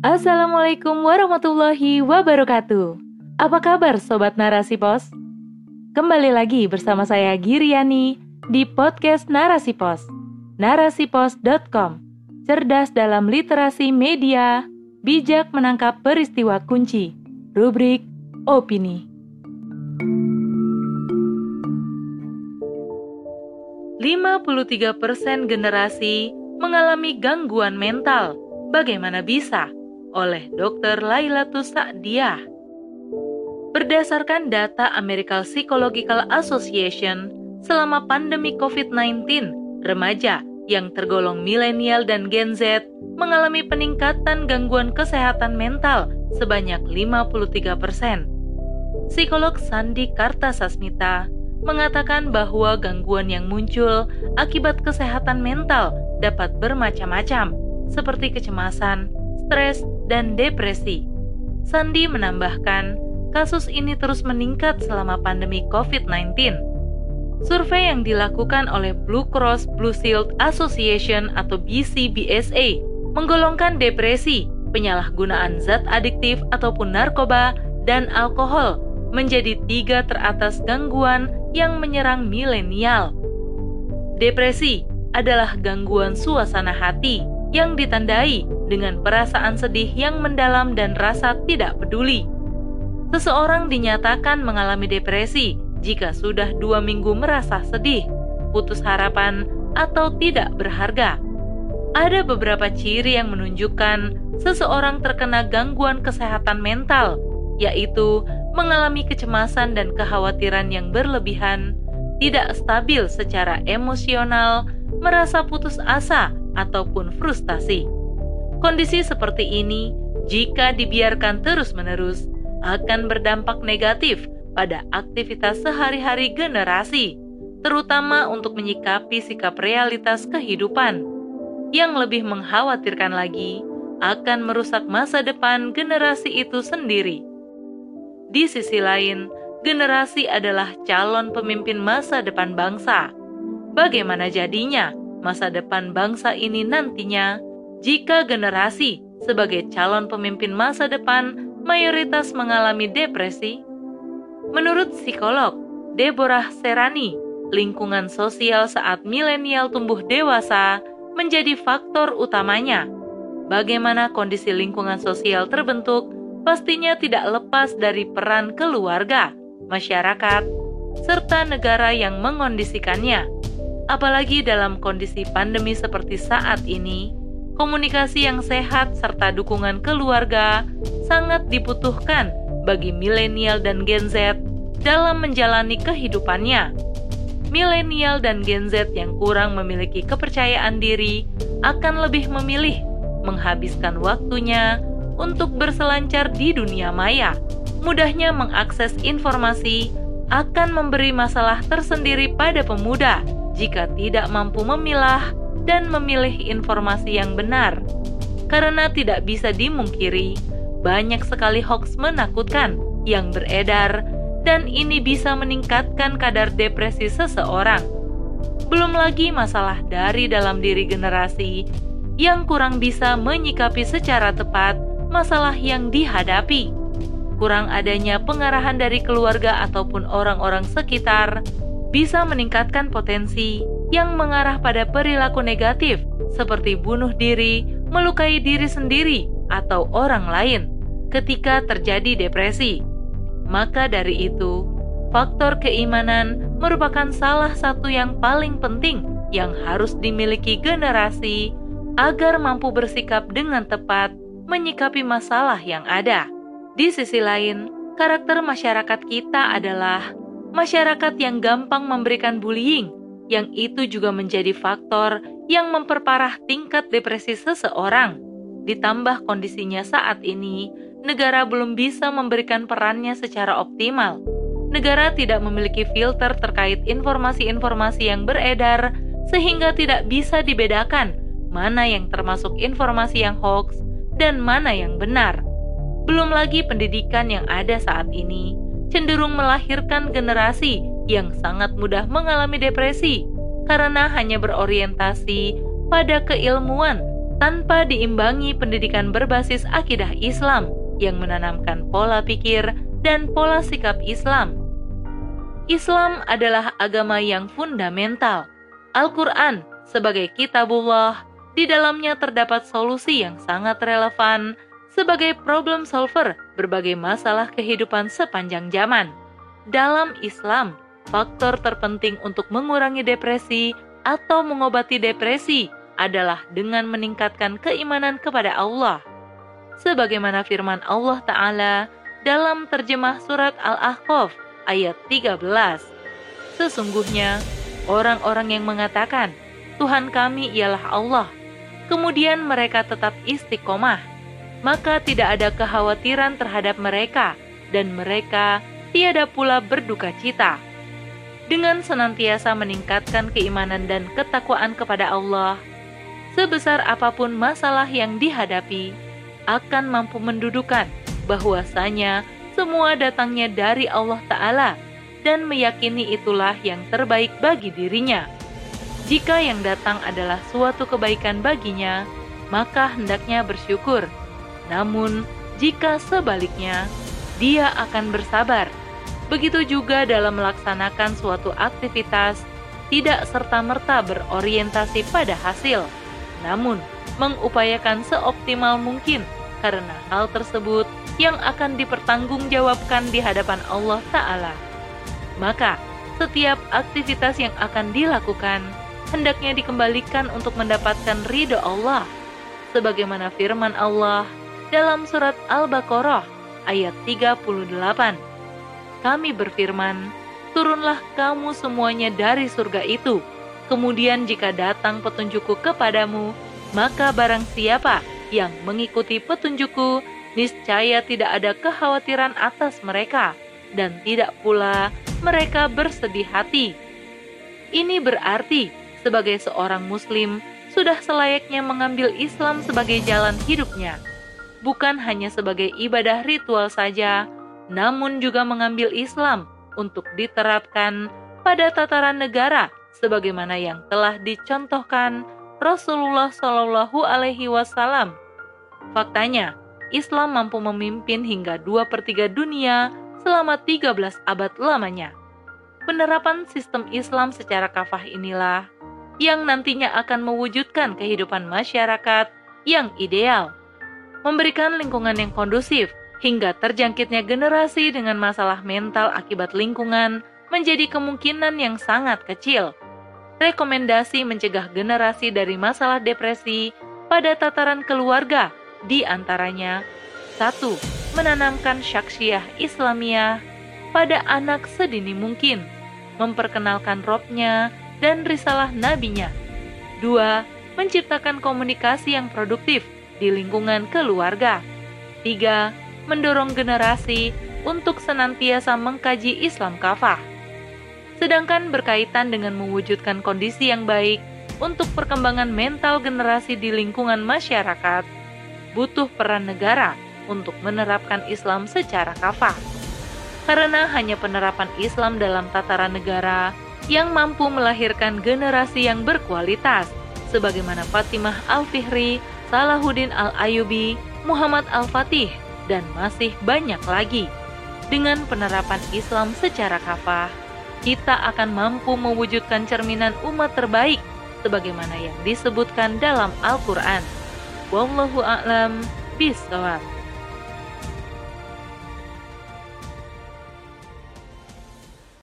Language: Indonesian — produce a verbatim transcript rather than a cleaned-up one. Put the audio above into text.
Assalamualaikum warahmatullahi wabarakatuh. Apa kabar Sobat Narasi Pos? Kembali lagi bersama saya Giriani di podcast Narasi Pos, narasipos dot com. Cerdas dalam literasi media, bijak menangkap peristiwa kunci. Rubrik Opini. lima puluh tiga persen generasi mengalami gangguan mental. Bagaimana bisa? Oleh dokter Lailatus Sa'diyah. Berdasarkan data American Psychological Association, selama pandemi covid sembilan belas, remaja yang tergolong milenial dan Gen Z mengalami peningkatan gangguan kesehatan mental sebanyak lima puluh tiga persen. Psikolog Sandi Kartasasmita mengatakan bahwa gangguan yang muncul akibat kesehatan mental dapat bermacam-macam, seperti kecemasan, stres, dan depresi. Sandi menambahkan, kasus ini terus meningkat selama pandemi covid sembilan belas. Survei yang dilakukan oleh Blue Cross Blue Shield Association atau B C B S A menggolongkan depresi, penyalahgunaan zat adiktif ataupun narkoba, dan alkohol menjadi tiga teratas gangguan yang menyerang milenial. Depresi adalah gangguan suasana hati yang ditandai dengan perasaan sedih yang mendalam dan rasa tidak peduli. Seseorang dinyatakan mengalami depresi jika sudah dua minggu merasa sedih, putus harapan, atau tidak berharga. Ada beberapa ciri yang menunjukkan seseorang terkena gangguan kesehatan mental, yaitu mengalami kecemasan dan kekhawatiran yang berlebihan, tidak stabil secara emosional, merasa putus asa, ataupun frustasi. Kondisi seperti ini, jika dibiarkan terus-menerus, akan berdampak negatif pada aktivitas sehari-hari generasi, terutama untuk menyikapi sikap realitas kehidupan. Yang lebih mengkhawatirkan lagi, akan merusak masa depan generasi itu sendiri. Di sisi lain, generasi adalah calon pemimpin masa depan bangsa. Bagaimana jadinya masa depan bangsa ini nantinya jika generasi sebagai calon pemimpin masa depan mayoritas mengalami depresi? Menurut psikolog Deborah Serani, lingkungan sosial saat milenial tumbuh dewasa menjadi faktor utamanya. Bagaimana kondisi lingkungan sosial terbentuk pastinya tidak lepas dari peran keluarga, masyarakat, serta negara yang mengondisikannya. Apalagi dalam kondisi pandemi seperti saat ini, komunikasi yang sehat serta dukungan keluarga sangat dibutuhkan bagi milenial dan Gen Z dalam menjalani kehidupannya. Milenial dan Gen Z yang kurang memiliki kepercayaan diri akan lebih memilih menghabiskan waktunya untuk berselancar di dunia maya. Mudahnya mengakses informasi akan memberi masalah tersendiri pada pemuda jika tidak mampu memilah dan memilih informasi yang benar. Karena tidak bisa dimungkiri, banyak sekali hoaks menakutkan yang beredar, dan ini bisa meningkatkan kadar depresi seseorang. Belum lagi masalah dari dalam diri generasi yang kurang bisa menyikapi secara tepat masalah yang dihadapi. Kurang adanya pengarahan dari keluarga ataupun orang-orang sekitar bisa meningkatkan potensi yang mengarah pada perilaku negatif seperti bunuh diri, melukai diri sendiri, atau orang lain ketika terjadi depresi. Maka dari itu, faktor keimanan merupakan salah satu yang paling penting yang harus dimiliki generasi agar mampu bersikap dengan tepat menyikapi masalah yang ada. Di sisi lain, karakter masyarakat kita adalah masyarakat yang gampang memberikan bullying, yang itu juga menjadi faktor yang memperparah tingkat depresi seseorang. Ditambah kondisinya saat ini, negara belum bisa memberikan perannya secara optimal. Negara tidak memiliki filter terkait informasi-informasi yang beredar, sehingga tidak bisa dibedakan mana yang termasuk informasi yang hoax dan mana yang benar. Belum lagi pendidikan yang ada saat ini cenderung melahirkan generasi yang sangat mudah mengalami depresi karena hanya berorientasi pada keilmuan tanpa diimbangi pendidikan berbasis akidah Islam yang menanamkan pola pikir dan pola sikap Islam. Islam adalah agama yang fundamental. Al-Quran sebagai kitabullah, di dalamnya terdapat solusi yang sangat relevan sebagai problem solver berbagai masalah kehidupan sepanjang zaman. Dalam Islam, faktor terpenting untuk mengurangi depresi atau mengobati depresi adalah dengan meningkatkan keimanan kepada Allah. Sebagaimana firman Allah Ta'ala dalam terjemah surat Al-Ahqaf ayat tiga belas. Sesungguhnya, orang-orang yang mengatakan, Tuhan kami ialah Allah, kemudian mereka tetap istiqomah, maka tidak ada kekhawatiran terhadap mereka, dan mereka tiada pula berduka cita. Dengan senantiasa meningkatkan keimanan dan ketakwaan kepada Allah, sebesar apapun masalah yang dihadapi, akan mampu mendudukan bahwasanya semua datangnya dari Allah Ta'ala dan meyakini itulah yang terbaik bagi dirinya. Jika yang datang adalah suatu kebaikan baginya, maka hendaknya bersyukur. Namun, jika sebaliknya, dia akan bersabar. Begitu juga dalam melaksanakan suatu aktivitas, tidak serta-merta berorientasi pada hasil, namun mengupayakan seoptimal mungkin karena hal tersebut yang akan dipertanggungjawabkan di hadapan Allah Ta'ala. Maka, setiap aktivitas yang akan dilakukan hendaknya dikembalikan untuk mendapatkan ridho Allah. Sebagaimana firman Allah dalam surat Al-Baqarah ayat tiga puluh delapan. Kami berfirman, turunlah kamu semuanya dari surga itu. Kemudian jika datang petunjukku kepadamu, maka barang siapa yang mengikuti petunjukku, niscaya tidak ada kekhawatiran atas mereka, dan tidak pula mereka bersedih hati. Ini berarti, sebagai seorang muslim, sudah selayaknya mengambil Islam sebagai jalan hidupnya, bukan hanya sebagai ibadah ritual saja, namun juga mengambil Islam untuk diterapkan pada tataran negara, sebagaimana yang telah dicontohkan Rasulullah Shallallahu Alaihi Wasallam. Faktanya, Islam mampu memimpin hingga dua per tiga dunia selama tiga belas abad lamanya. Penerapan sistem Islam secara kafah inilah yang nantinya akan mewujudkan kehidupan masyarakat yang ideal, memberikan lingkungan yang kondusif hingga terjangkitnya generasi dengan masalah mental akibat lingkungan menjadi kemungkinan yang sangat kecil. Rekomendasi mencegah generasi dari masalah depresi pada tataran keluarga, di antaranya satu. Menanamkan syakhsiyah Islamiyah pada anak sedini mungkin, memperkenalkan Robnya dan risalah nabinya. Dua. Menciptakan komunikasi yang produktif di lingkungan keluarga. Tiga. Mendorong generasi untuk senantiasa mengkaji Islam kafah. Sedangkan berkaitan dengan mewujudkan kondisi yang baik untuk perkembangan mental generasi di lingkungan masyarakat, butuh peran negara untuk menerapkan Islam secara kafah. Karena hanya penerapan Islam dalam tataran negara yang mampu melahirkan generasi yang berkualitas, sebagaimana Fatimah Al-Fihri, Salahuddin Al-Ayyubi, Muhammad Al-Fatih, dan masih banyak lagi. Dengan penerapan Islam secara kafah, kita akan mampu mewujudkan cerminan umat terbaik sebagaimana yang disebutkan dalam Al-Quran. Wallahu a'lam bishawab.